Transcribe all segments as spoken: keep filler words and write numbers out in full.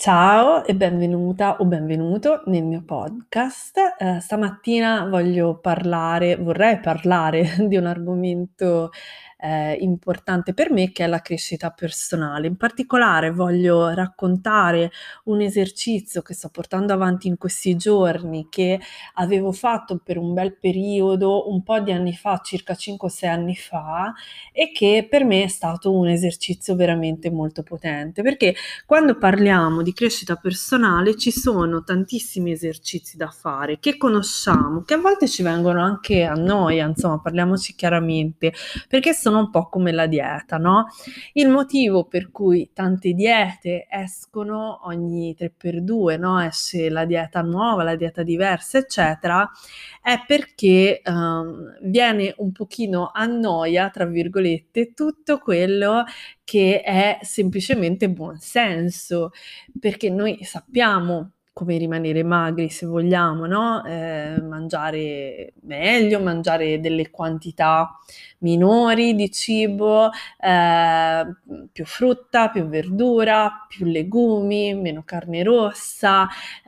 Ciao e benvenuta o benvenuto nel mio podcast. Ehm, stamattina voglio parlare vorrei parlare di un argomento, ehm, importante per me che è la crescita personale. In particolare voglio raccontare un esercizio che sto portando avanti in questi giorni, che avevo fatto per un bel periodo, un po' di anni fa, circa cinque o sei anni fa, e che per me è stato un esercizio veramente molto potente, perché quando parliamo di crescita personale ci sono tantissimi esercizi da fare che conosciamo, che a volte ci vengono anche a noia, insomma, parliamoci chiaramente, perché sono un po' come la dieta, no? Il motivo per cui tante diete escono ogni tre per due, no? Esce la dieta nuova, la dieta diversa, eccetera, è perché um, viene un pochino a noia, tra virgolette, tutto quello che è semplicemente buon senso, perché noi sappiamo come rimanere magri se vogliamo, no, ehm, mangiare meglio, mangiare delle quantità minori di cibo, ehm, più frutta, più verdura, più legumi, meno carne rossa,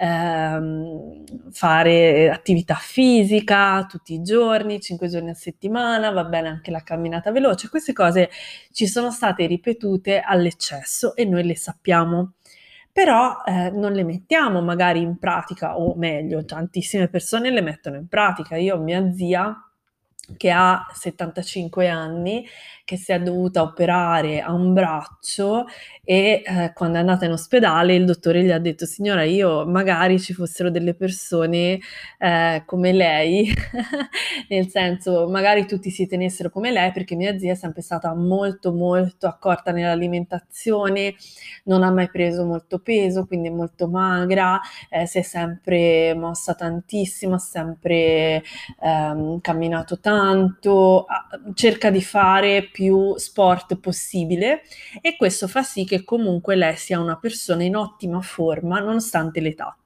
ehm, fare attività fisica tutti i giorni, cinque giorni a settimana, va bene anche la camminata veloce. Queste cose ci sono state ripetute all'eccesso e noi le sappiamo, però eh, non le mettiamo magari in pratica, o meglio, tantissime persone le mettono in pratica. Io ho mia zia che ha settantacinque anni, che si è dovuta operare a un braccio e eh, quando è andata in ospedale il dottore gli ha detto: signora, io magari ci fossero delle persone eh, come lei, nel senso magari tutti si tenessero come lei, perché mia zia è sempre stata molto molto accorta nell'alimentazione, non ha mai preso molto peso, quindi è molto magra, eh, si è sempre mossa tantissimo, ha sempre ehm, camminato tanto, ha- cerca di fare più sport possibile, e questo fa sì che comunque lei sia una persona in ottima forma nonostante l'età.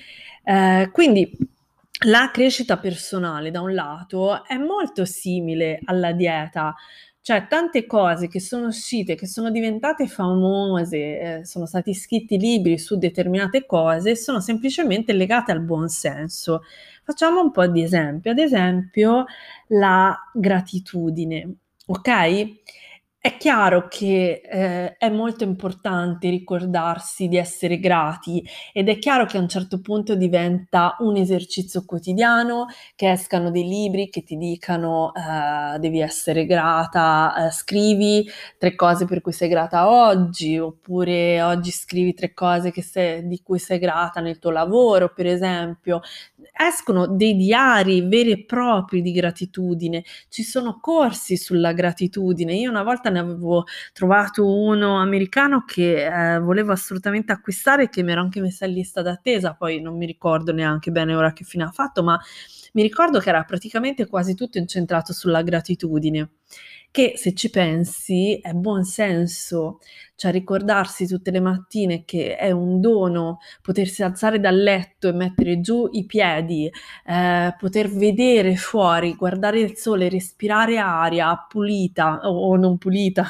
Eh, quindi la crescita personale, da un lato, è molto simile alla dieta, cioè tante cose che sono uscite, che sono diventate famose, eh, sono stati scritti libri su determinate cose, sono semplicemente legate al buon senso. Facciamo un po' di esempi. Ad esempio, la gratitudine, ok? È chiaro che eh, è molto importante ricordarsi di essere grati, ed è chiaro che a un certo punto diventa un esercizio quotidiano, che escano dei libri che ti dicano eh, devi essere grata, eh, scrivi tre cose per cui sei grata oggi, oppure oggi scrivi tre cose che sei, di cui sei grata nel tuo lavoro, per esempio. Escono dei diari veri e propri di gratitudine, ci sono corsi sulla gratitudine. Io una volta ne avevo trovato uno americano che eh, volevo assolutamente acquistare, che mi ero anche messa in lista d'attesa, poi non mi ricordo neanche bene ora che fine ha fatto, ma mi ricordo che era praticamente quasi tutto incentrato sulla gratitudine, che se ci pensi è buon senso, cioè ricordarsi tutte le mattine che è un dono potersi alzare dal letto e mettere giù i piedi, eh, poter vedere fuori, guardare il sole, respirare aria pulita o, o non pulita,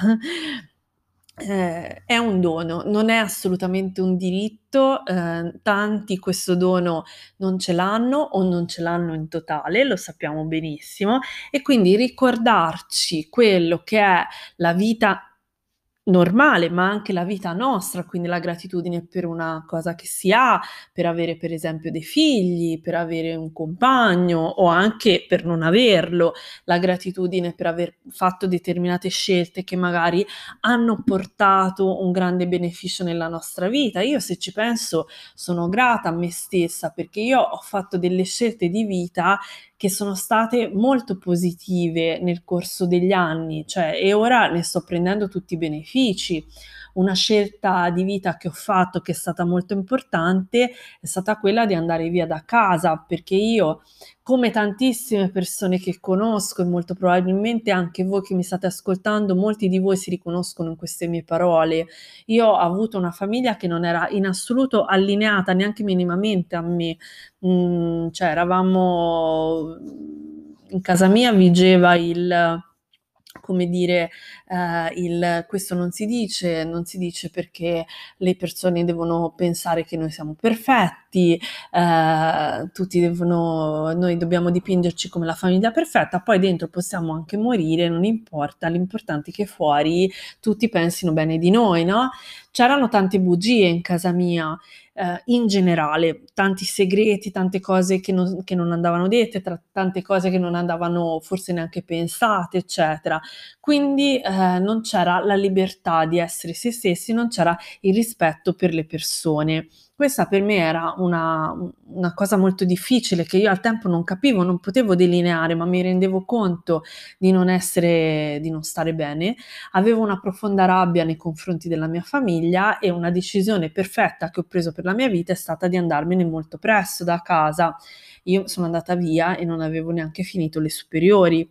eh, è un dono, non è assolutamente un diritto. Eh, tanti questo dono non ce l'hanno o non ce l'hanno in totale, lo sappiamo benissimo, e quindi ricordarci quello che è la vita normale, ma anche la vita nostra, quindi la gratitudine per una cosa che si ha, per avere per esempio dei figli, per avere un compagno o anche per non averlo, la gratitudine per aver fatto determinate scelte che magari hanno portato un grande beneficio nella nostra vita. Io, se ci penso, sono grata a me stessa perché io ho fatto delle scelte di vita che sono state molto positive nel corso degli anni, cioè, e ora ne sto prendendo tutti i benefici. Una scelta di vita che ho fatto, che è stata molto importante, è stata quella di andare via da casa, perché io, come tantissime persone che conosco, e molto probabilmente anche voi che mi state ascoltando, molti di voi si riconoscono in queste mie parole. Io ho avuto una famiglia che non era in assoluto allineata neanche minimamente a me. Mhmm, cioè eravamo in casa mia vigeva il come dire, ehm, il questo non si dice, non si dice perché le persone devono pensare che noi siamo perfetti, ehm, tutti devono noi dobbiamo dipingerci come la famiglia perfetta, poi dentro possiamo anche morire, non importa, l'importante è che fuori tutti pensino bene di noi, no, c'erano tante bugie in casa mia, ehm, in generale, tanti segreti, tante cose che non che non andavano dette, tra tante cose che non andavano forse neanche pensate, eccetera. Quindi, ehm, non c'era la libertà di essere se stessi, non c'era il rispetto per le persone. Questa per me era una u una cosa molto difficile che io al tempo non capivo, non potevo delineare, ma mi rendevo conto di non essere di non stare bene. Avevo una profonda rabbia nei confronti della mia famiglia e una decisione perfetta che ho preso per la mia vita è stata di andarmene molto presto da casa. Io sono andata via e non avevo neanche finito le superiori.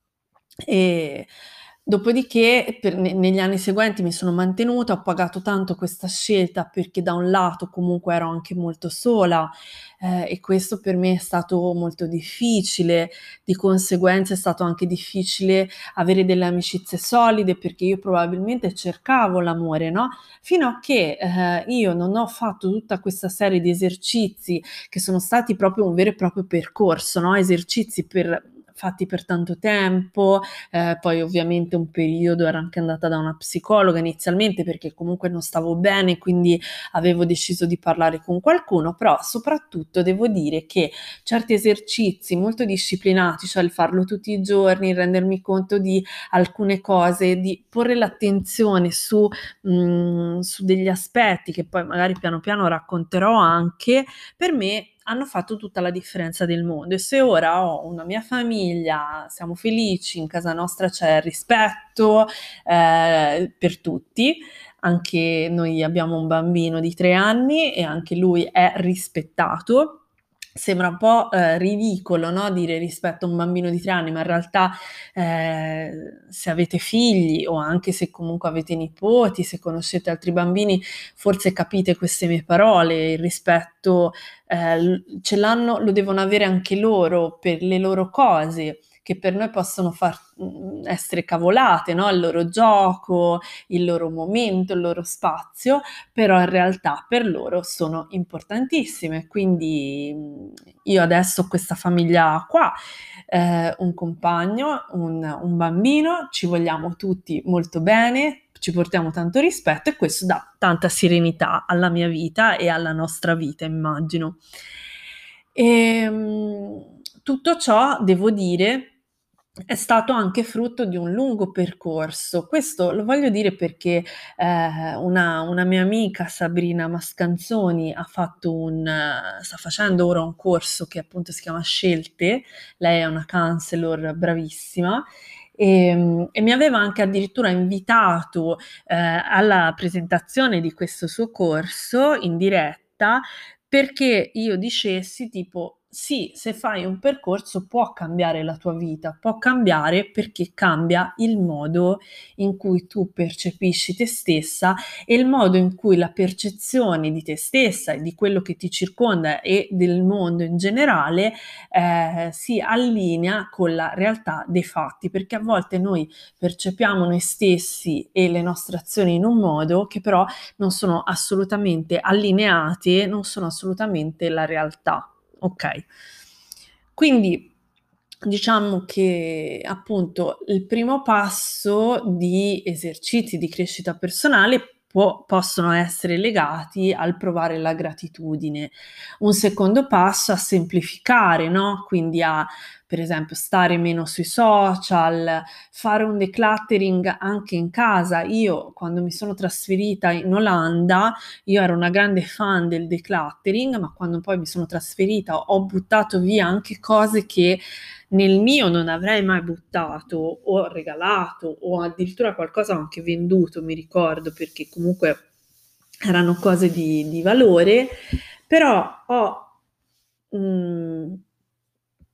E dopodiché per ne negli anni seguenti mi sono mantenuta, ho pagato tanto questa scelta perché da un lato comunque ero anche molto sola, ehm, e questo per me è stato molto difficile. Di conseguenza è stato anche difficile avere delle amicizie solide perché io probabilmente cercavo l'amore, no, fino a che, ehm, io non ho fatto tutta questa serie di esercizi che sono stati proprio un vero e proprio percorso, no, esercizi per fatti per tanto tempo, ehm, poi ovviamente un periodo ero anche andata da una psicologa inizialmente perché comunque non stavo bene, quindi avevo deciso di parlare con qualcuno, però soprattutto devo dire che certi esercizi molto disciplinati, cioè il farlo tutti i giorni, il rendermi conto di alcune cose, di porre l'attenzione su mhmm, su degli aspetti che poi magari piano piano racconterò anche, per me hanno fatto tutta la differenza del mondo e se ora ho una mia famiglia, siamo felici, in casa nostra c'è rispetto, ehm, per tutti, anche noi abbiamo un bambino di tre anni e anche lui è rispettato. Sembra un po', ehm, ridicolo, no, dire rispetto a un bambino di tre anni, ma in realtà, ehm, se avete figli o anche se comunque avete nipoti, se conoscete altri bambini, forse capite queste mie parole. Il rispetto, ehm, l ce l'hanno lo devono avere anche loro per le loro cose, che per noi possono far mhmm, essere cavolate, no, il loro gioco, il loro momento, il loro spazio, però in realtà per loro sono importantissime. Quindi, mhmm, io adesso ho questa famiglia qua, ehm, un compagno, un un bambino, ci vogliamo tutti molto bene, ci portiamo tanto rispetto e questo dà tanta serenità alla mia vita e alla nostra vita, immagino. Ehm, tutto ciò, devo dire, è stato anche frutto di un lungo percorso. Questo lo voglio dire perché, ehm, una una mia amica, Sabrina Mascanzoni, ha fatto un sta facendo ora un corso che appunto si chiama Scelte, lei è una counselor bravissima, ehm, e mi aveva anche addirittura invitato, ehm, alla presentazione di questo suo corso in diretta, perché io dicessi tipo: "Sì, se fai un percorso può cambiare la tua vita, può cambiare perché cambia il modo in cui tu percepisci te stessa e il modo in cui la percezione di te stessa e di quello che ti circonda e del mondo in generale, ehm, si allinea con la realtà dei fatti." Perché a volte noi percepiamo noi stessi e le nostre azioni in un modo che però non sono assolutamente allineate, non sono assolutamente la realtà, okay? Quindi diciamo che appunto il primo passo di esercizi di crescita personale può possono essere legati al provare la gratitudine. Un secondo passo a semplificare, no, quindi a, per esempio, stare meno sui social, fare un decluttering anche in casa. Io quando mi sono trasferita in Olanda, io ero una grande fan del decluttering, ma quando poi mi sono trasferita ho buttato via anche cose che nel mio non avrei mai buttato o regalato o addirittura qualcosa ho anche venduto, mi ricordo, perché comunque erano cose di di valore, però ho, mhmm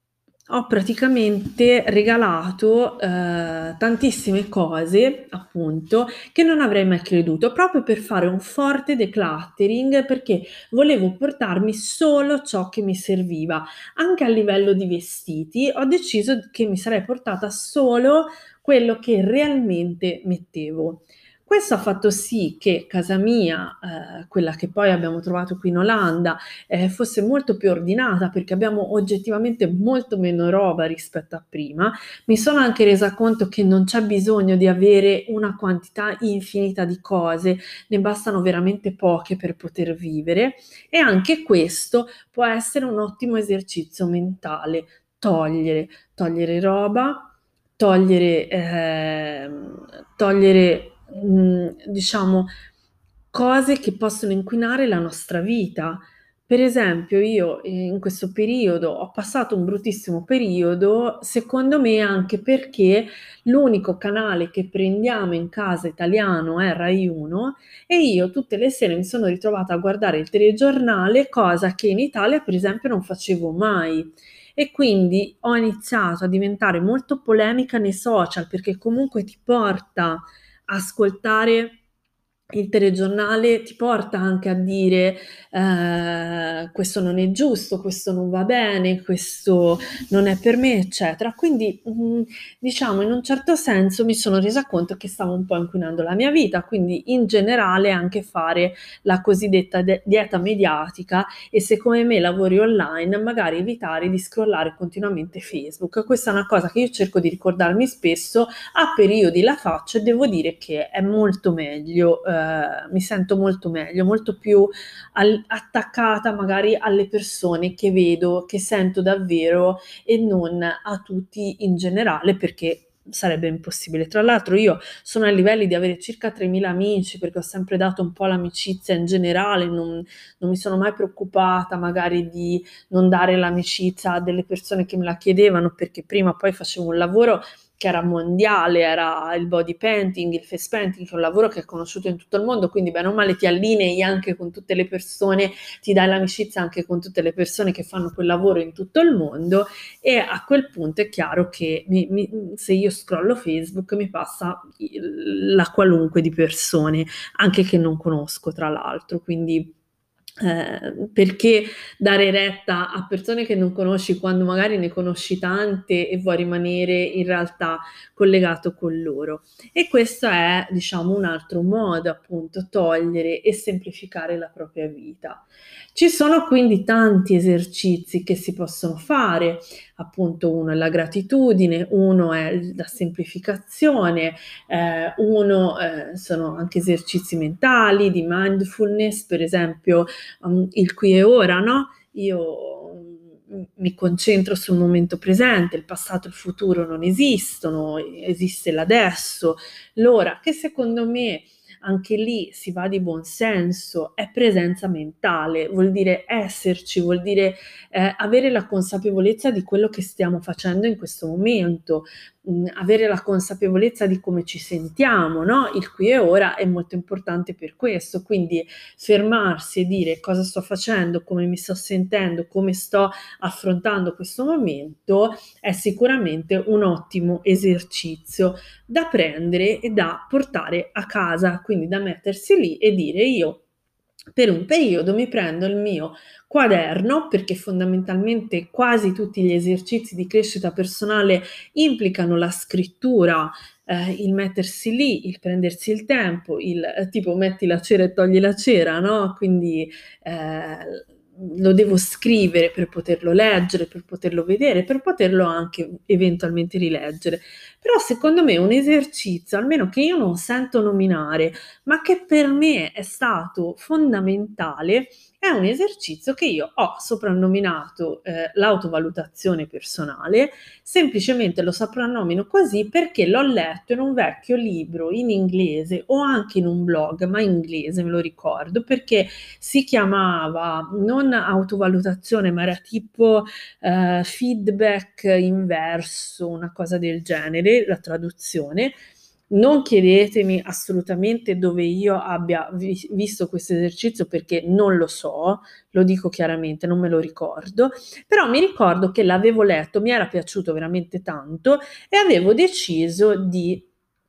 ho praticamente regalato, ehm, tantissime cose, appunto, che non avrei mai creduto, proprio per fare un forte decluttering, perché volevo portarmi solo ciò che mi serviva. Anche a livello di vestiti, ho deciso che mi sarei portata solo quello che realmente mettevo. Questo ha fatto sì che casa mia, ehm, quella che poi abbiamo trovato qui in Olanda, ehm, fosse molto più ordinata, perché abbiamo oggettivamente molto meno roba rispetto a prima. Mi sono anche resa conto che non c'è bisogno di avere una quantità infinita di cose, ne bastano veramente poche per poter vivere, e anche questo può essere un ottimo esercizio mentale: togliere, togliere roba, togliere ehm, togliere, mhmm, diciamo, cose che possono inquinare la nostra vita. Per esempio io, ehm, in questo periodo ho passato un bruttissimo periodo, secondo me anche perché l'unico canale che prendiamo in casa italiano è Rai uno, e io tutte le sere mi sono ritrovata a guardare il telegiornale, cosa che in Italia per esempio non facevo mai. E quindi ho iniziato a diventare molto polemica nei social, perché comunque ti porta a ascoltare il telegiornale, ti porta anche a dire, ehm: "Questo non è giusto, questo non va bene, questo non è per me", eccetera. Quindi, mhmm, diciamo, in un certo senso mi sono resa conto che stavo un po' inquinando la mia vita, quindi in generale anche fare la cosiddetta de dieta mediatica, e se come me lavori online, magari evitare di scrollare continuamente Facebook. Questa è una cosa che io cerco di ricordarmi spesso, a periodi la faccio e devo dire che è molto meglio, ehm, mi sento molto meglio, molto più al attaccata magari alle persone che vedo, che sento davvero, e non a tutti in generale, perché sarebbe impossibile. Tra l'altro io sono ai livelli di avere circa tremila amici, perché ho sempre dato un po' l'amicizia in generale, non non mi sono mai preoccupata magari di non dare l'amicizia a delle persone che me la chiedevano, perché prima poi facevo un lavoro che era mondiale, era il body painting, il face painting, che è un lavoro che è conosciuto in tutto il mondo, quindi bene o male ti allinei anche con tutte le persone, ti dai l'amicizia anche con tutte le persone che fanno quel lavoro in tutto il mondo, e a quel punto è chiaro che mi mi se io scrollo Facebook mi passa il la qualunque di persone, anche che non conosco tra l'altro, quindi Ehm, perché dare retta a persone che non conosci quando magari ne conosci tante e vuoi rimanere in realtà collegato con loro. E questo è, diciamo, un altro modo, appunto, togliere e semplificare la propria vita. Ci sono quindi tanti esercizi che si possono fare, appunto uno è la gratitudine, uno è l la semplificazione, ehm, uno, ehm, sono anche esercizi mentali, di mindfulness, per esempio, um, il qui e ora, no, io, mhmm, mi concentro sul momento presente, il passato e il futuro non esistono, esiste l'adesso, l'ora, che secondo me anche lì si va di buon senso, è presenza mentale, vuol dire esserci, vuol dire, ehm, avere la consapevolezza di quello che stiamo facendo in questo momento, mhmm, avere la consapevolezza di come ci sentiamo, no, il qui e ora è molto importante per questo, quindi fermarsi e dire: "Cosa sto facendo, come mi sto sentendo, come sto affrontando questo momento", è sicuramente un ottimo esercizio da prendere e da portare a casa, quindi da mettersi lì e dire: "Io per un periodo mi prendo il mio quaderno", perché fondamentalmente quasi tutti gli esercizi di crescita personale implicano la scrittura, ehm, il mettersi lì, il prendersi il tempo, il ehm, tipo metti la cera e togli la cera, no, quindi, ehm, lo devo scrivere per poterlo leggere, per poterlo vedere, per poterlo anche eventualmente rileggere. Però secondo me un esercizio, almeno che io non sento nominare, ma che per me è stato fondamentale, è un esercizio che io ho soprannominato, ehm, l'autovalutazione personale. Semplicemente lo soprannomino così perché l'ho letto in un vecchio libro in inglese, o anche in un blog, ma inglese me lo ricordo, perché si chiamava non autovalutazione, ma era tipo, ehm, feedback inverso, una cosa del genere, la traduzione, Non chiedetemi assolutamente dove io abbia vis visto questo esercizio perché non lo so, lo dico chiaramente, non me lo ricordo, però mi ricordo che l'avevo letto, mi era piaciuto veramente tanto e avevo deciso di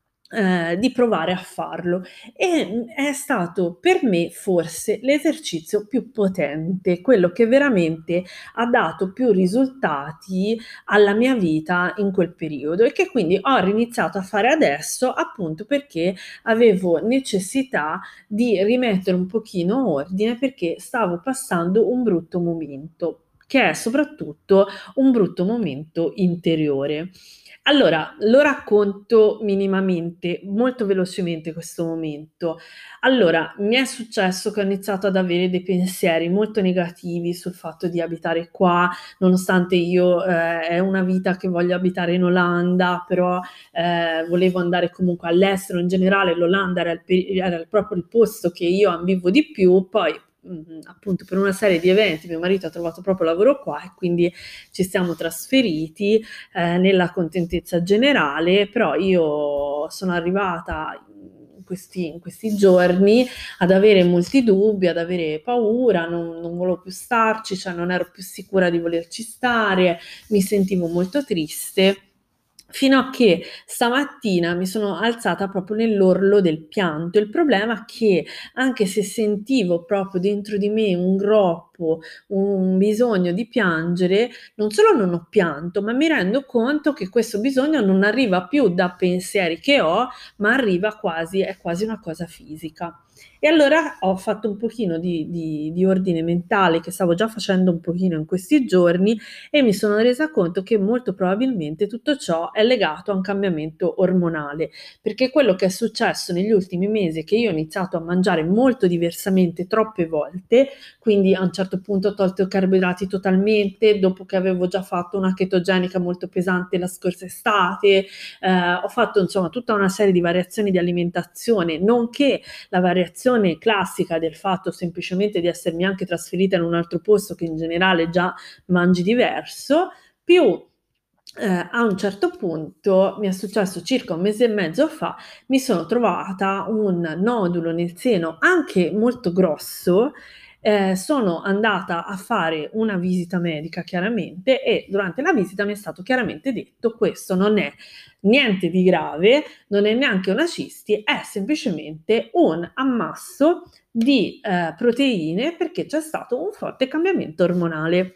ehm, di provare a farlo. E, mhmm, è stato per me forse l'esercizio più potente, quello che veramente ha dato più risultati alla mia vita in quel periodo e che quindi ho riniziato a fare adesso, appunto perché avevo necessità di rimettere un pochino ordine, perché stavo passando un brutto momento, che è soprattutto un brutto momento interiore. Allora, lo racconto minimamente, molto velocemente questo momento. Allora, mi è successo che ho iniziato ad avere dei pensieri molto negativi sul fatto di abitare qua, nonostante io, ehm, è una vita che voglio abitare in Olanda, però, ehm, volevo andare comunque all'estero. In generale l'Olanda era il pe era proprio il posto che io ambivo di più, poi, mhmm, appunto per una serie di eventi mio marito ha trovato proprio lavoro qua e quindi ci siamo trasferiti, ehm, nella contentezza generale, però io sono arrivata in questi in questi giorni ad avere molti dubbi, ad avere paura, non non volevo più starci, cioè non ero più sicura di volerci stare, mi sentivo molto triste, fino a che stamattina mi sono alzata proprio nell'orlo del pianto. Il problema che, anche se sentivo proprio dentro di me un groppo, un bisogno di piangere, non solo non ho pianto, ma mi rendo conto che questo bisogno non arriva più da pensieri che ho, ma arriva quasi è quasi una cosa fisica. E allora ho fatto un pochino di di di ordine mentale, che stavo già facendo un pochino in questi giorni, e mi sono resa conto che molto probabilmente tutto ciò è legato a un cambiamento ormonale, perché quello che è successo negli ultimi mesi è che io ho iniziato a mangiare molto diversamente troppe volte, quindi a un certo punto ho tolto i carboidrati totalmente, dopo che avevo già fatto una chetogenica molto pesante la scorsa estate, ehm, ho fatto insomma tutta una serie di variazioni di alimentazione, nonché la variazione classica del fatto semplicemente di essermi anche trasferita in un altro posto che in generale già mangi diverso, più Ehm, a un certo punto, mi è successo circa un mese e mezzo fa, mi sono trovata un nodulo nel seno anche molto grosso, ehm, sono andata a fare una visita medica chiaramente e durante la visita mi è stato chiaramente detto: "Questo non è niente di grave, non è neanche una cisti, è semplicemente un ammasso di, ehm, proteine perché c'è stato un forte cambiamento ormonale".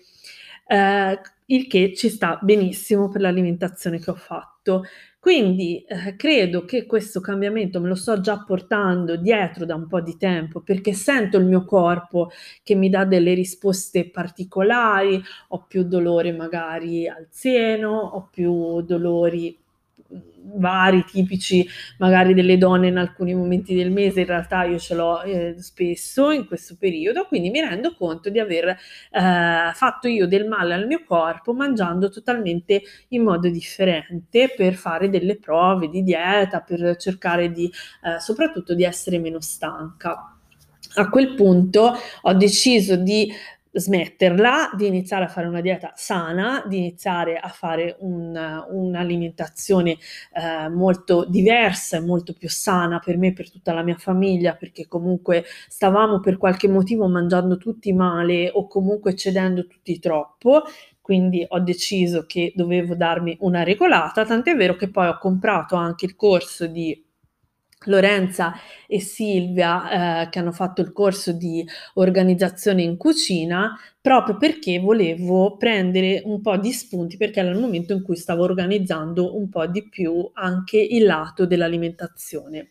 Ehm, il che ci sta benissimo per l'alimentazione che ho fatto. Quindi, ehm, credo che questo cambiamento me lo sto già portando dietro da un po' di tempo, perché sento il mio corpo che mi dà delle risposte particolari, ho più dolore magari al seno, ho più dolori, mhmm, vari, tipici magari delle donne in alcuni momenti del mese, in realtà io ce l'ho, ehm, spesso in questo periodo, quindi mi rendo conto di aver, ehm, fatto io del male al mio corpo mangiando totalmente in modo differente per fare delle prove di dieta, per cercare di ehm, soprattutto di essere meno stanca. A quel punto ho deciso di smetterla, di iniziare a fare una dieta sana, di iniziare a fare un un'alimentazione, ehm, molto diversa e molto più sana per me e per tutta la mia famiglia, perché comunque stavamo per qualche motivo mangiando tutti male o comunque cedendo tutti troppo, quindi ho deciso che dovevo darmi una regolata, tant'è vero che poi ho comprato anche il corso di Lorenza e Silvia, ehm, che hanno fatto il corso di organizzazione in cucina, proprio perché volevo prendere un po' di spunti, perché era il momento in cui stavo organizzando un po' di più anche il lato dell'alimentazione.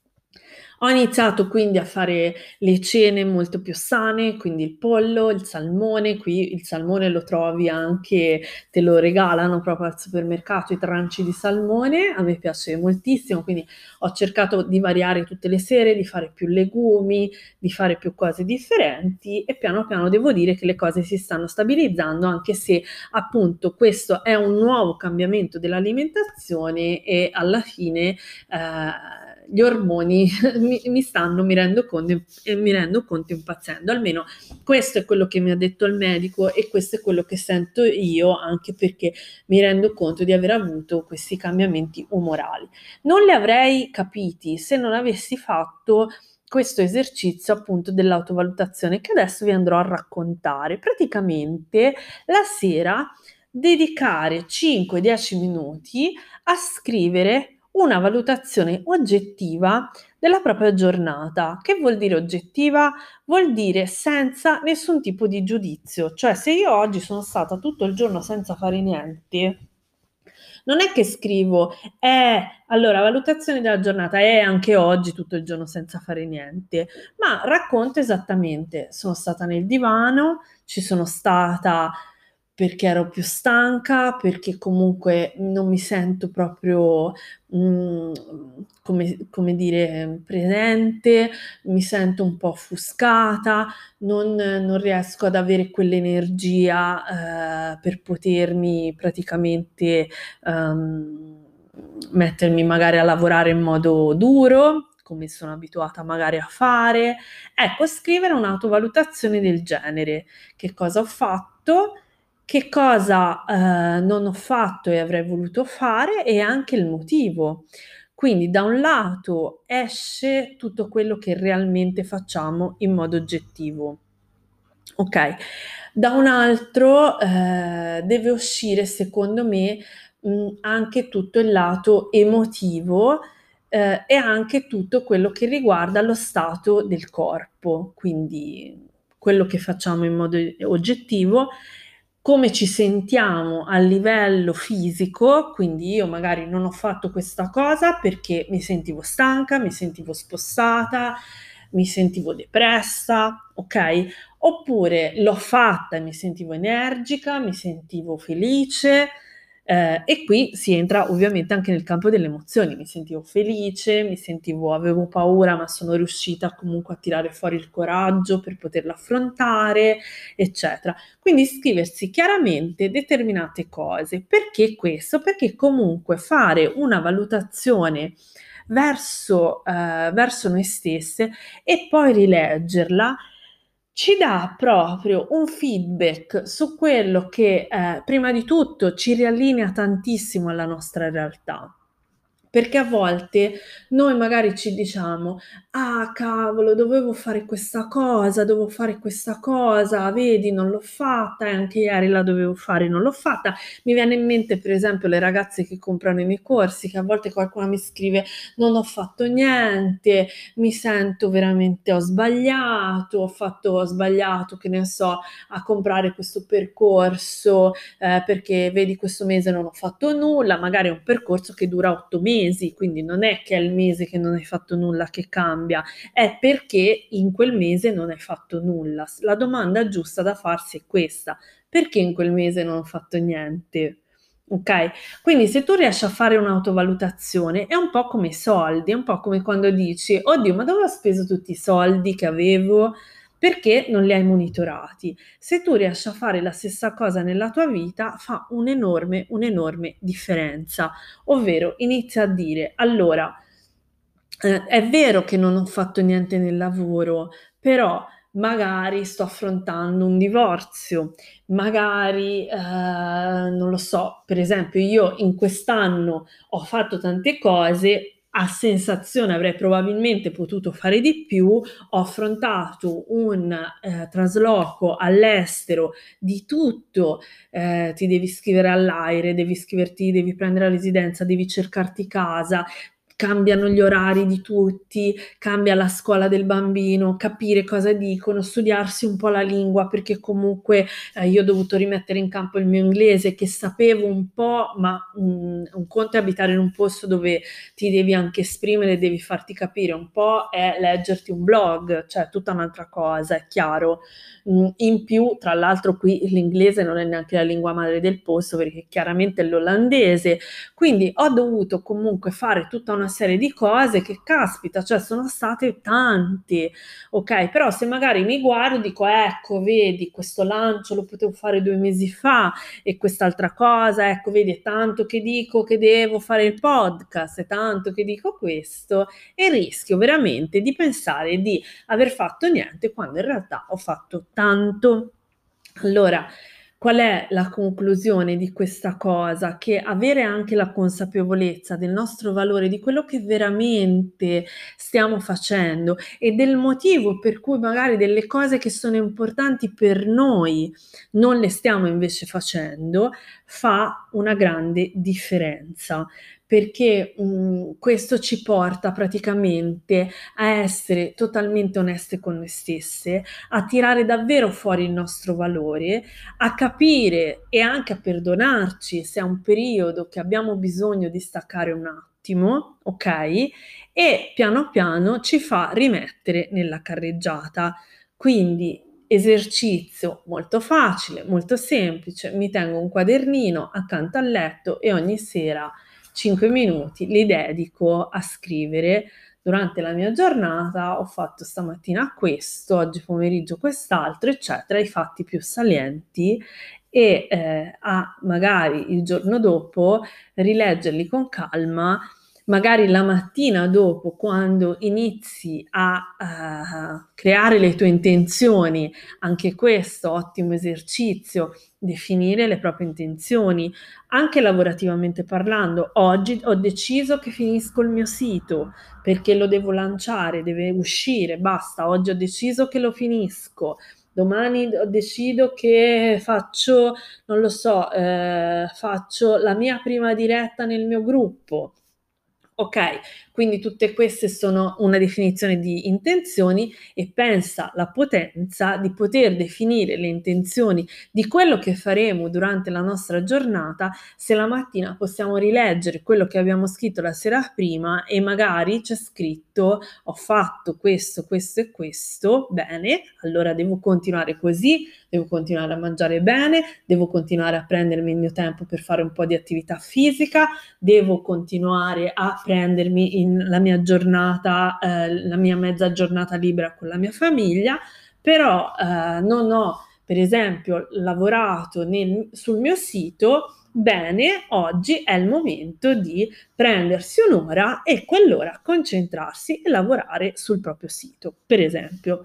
Ho iniziato quindi a fare le cene molto più sane, quindi il pollo, il salmone, qui il salmone lo trovi anche te lo regalano proprio al supermercato, i tranci di salmone, a me piace moltissimo, quindi ho cercato di variare tutte le sere, di fare più legumi, di fare più cose differenti e piano piano devo dire che le cose si stanno stabilizzando, anche se appunto questo è un nuovo cambiamento dell'alimentazione e alla fine, ehm, gli ormoni mi mi stanno, mi rendo conto e mi rendo conto, impazzendo. Almeno questo è quello che mi ha detto il medico e questo è quello che sento io, anche perché mi rendo conto di aver avuto questi cambiamenti umorali. Non li avrei capiti se non avessi fatto questo esercizio appunto dell'autovalutazione che adesso vi andrò a raccontare. Praticamente la sera dedicare cinque dieci minuti a scrivere una valutazione oggettiva della propria giornata. Che vuol dire oggettiva? Vuol dire senza nessun tipo di giudizio. Cioè, se io oggi sono stata tutto il giorno senza fare niente, non è che scrivo: "Eh, allora valutazione della giornata, eh, anche oggi tutto il giorno senza fare niente", ma racconto esattamente: sono stata nel divano, ci sono stata perché ero più stanca, perché comunque non mi sento proprio, mhmm, come come dire, presente, mi sento un po' offuscata, non non riesco ad avere quell'energia, ehm, per potermi praticamente, uhm, mettermi magari a lavorare in modo duro, come sono abituata magari a fare. Ecco, scrivere un'autovalutazione del genere: che cosa ho fatto, che cosa, ehm, non ho fatto e avrei voluto fare e anche il motivo. Quindi da un lato esce tutto quello che realmente facciamo in modo oggettivo, okay. Da un altro, ehm, deve uscire secondo me, mhmm, anche tutto il lato emotivo, ehm, e anche tutto quello che riguarda lo stato del corpo, quindi quello che facciamo in modo e oggettivo, come ci sentiamo a livello fisico, quindi io magari non ho fatto questa cosa perché mi sentivo stanca, mi sentivo spossata, mi sentivo depressa, okay, oppure l'ho fatta e mi sentivo energica, mi sentivo felice, ehm, e qui si entra ovviamente anche nel campo delle emozioni. Mi sentivo felice, mi sentivo avevo paura, ma sono riuscita comunque a tirare fuori il coraggio per poterla affrontare, eccetera. Quindi scriversi chiaramente determinate cose. Perché questo? Perché comunque fare una valutazione verso ehm, verso noi stesse e poi rileggerla, ci dà proprio un feedback su quello che, ehm, prima di tutto ci riallinea tantissimo alla nostra realtà. Perché a volte noi magari ci diciamo: "Ah cavolo, dovevo fare questa cosa, dovevo fare questa cosa, vedi non l'ho fatta e anche ieri la dovevo fare, non l'ho fatta". Mi viene in mente per esempio le ragazze che comprano i miei corsi, che a volte qualcuna mi scrive: "Non ho fatto niente, mi sento veramente ho sbagliato, ho fatto ho sbagliato, che ne so, a comprare questo percorso, ehm, perché vedi questo mese non ho fatto nulla", magari è un percorso che dura otto mesi, quindi non è che è il mese che non hai fatto nulla che cambia, è perché in quel mese non hai fatto nulla. S la domanda giusta da farsi è questa: perché in quel mese non ho fatto niente? Okay? Quindi se tu riesci a fare un'autovalutazione è un po' come i soldi, è un po' come quando dici: "Oddio, ma dove ho speso tutti i soldi che avevo?" Perché non li hai monitorati. Se tu riesci a fare la stessa cosa nella tua vita, fa un'enorme, un'enorme differenza, ovvero inizia a dire: "Allora, ehm, è vero che non ho fatto niente nel lavoro, però magari sto affrontando un divorzio, magari, ehm, non lo so, per esempio io in quest'anno ho fatto tante cose, a sensazione avrei probabilmente potuto fare di più, ho affrontato un, ehm, trasloco all'estero di tutto, ehm, ti devi iscrivere all'AIRE, devi iscriverti devi prendere la residenza, devi cercarti casa, cambiano gli orari di tutti, cambia la scuola del bambino, capire cosa dicono, studiarsi un po' la lingua perché comunque, ehm, io ho dovuto rimettere in campo il mio inglese che sapevo un po', ma, mhmm, un conto è abitare in un posto dove ti devi anche esprimere, devi farti capire, un po' è leggerti un blog, cioè tutta un'altra cosa, è chiaro. Mhmm, in più, tra l'altro qui l'inglese non è neanche la lingua madre del posto perché chiaramente è l'olandese, quindi ho dovuto comunque fare tutta una serie di cose che caspita, cioè sono state tante, okay, però se magari mi guardo dico: "Ecco vedi questo lancio lo potevo fare due mesi fa e quest'altra cosa, ecco vedi è tanto che dico che devo fare il podcast, è tanto che dico questo", e rischio veramente di pensare di aver fatto niente quando in realtà ho fatto tanto. Allora, qual è la conclusione di questa cosa? Che avere anche la consapevolezza del nostro valore, di quello che veramente stiamo facendo e del motivo per cui magari delle cose che sono importanti per noi non le stiamo invece facendo, fa una grande differenza. Perché, mhmm, questo ci porta praticamente a essere totalmente oneste con noi stesse, a tirare davvero fuori il nostro valore, a capire e anche a perdonarci se è un periodo che abbiamo bisogno di staccare un attimo, okay, e piano piano ci fa rimettere nella carreggiata. Quindi esercizio molto facile, molto semplice, mi tengo un quadernino accanto al letto e ogni sera cinque minuti li dedico a scrivere durante la mia giornata ho fatto stamattina questo, oggi pomeriggio quest'altro, eccetera, i fatti più salienti e, ehm, a magari il giorno dopo rileggerli con calma, magari la mattina dopo quando inizi a, uhm, creare le tue intenzioni, anche questo ottimo esercizio, definire le proprie intenzioni, anche lavorativamente parlando. Oggi ho deciso che finisco il mio sito, perché lo devo lanciare, deve uscire, basta, oggi ho deciso che lo finisco, domani d decido che faccio, non lo so, ehm, faccio la mia prima diretta nel mio gruppo. Okay, quindi tutte queste sono una definizione di intenzioni e pensa la potenza di poter definire le intenzioni di quello che faremo durante la nostra giornata, se la mattina possiamo rileggere quello che abbiamo scritto la sera prima e magari c'è scritto: "Ho fatto questo, questo e questo, bene, allora devo continuare così, devo continuare a mangiare bene, devo continuare a prendermi il mio tempo per fare un po' di attività fisica, devo continuare a prendermi in la mia giornata, ehm, la mia mezza giornata libera con la mia famiglia, però, ehm, non ho per esempio lavorato nel sul mio sito, bene, oggi è il momento di prendersi un'ora e quell'ora concentrarsi e lavorare sul proprio sito", per esempio.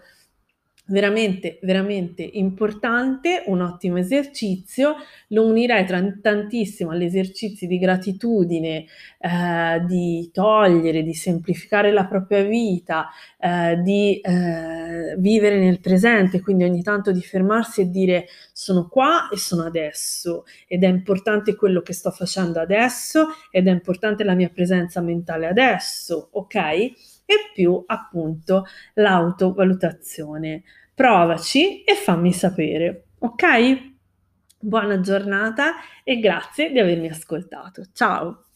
Veramente, veramente importante, un ottimo esercizio, lo unirei tran tantissimo agli esercizi di gratitudine, ehm, di togliere, di semplificare la propria vita, ehm, di, ehm, vivere nel presente, quindi ogni tanto di fermarsi e dire: "Sono qua e sono adesso ed è importante quello che sto facendo adesso ed è importante la mia presenza mentale adesso", okay? E più appunto l'autovalutazione. Provaci e fammi sapere, okay? Buona giornata e grazie di avermi ascoltato. Ciao.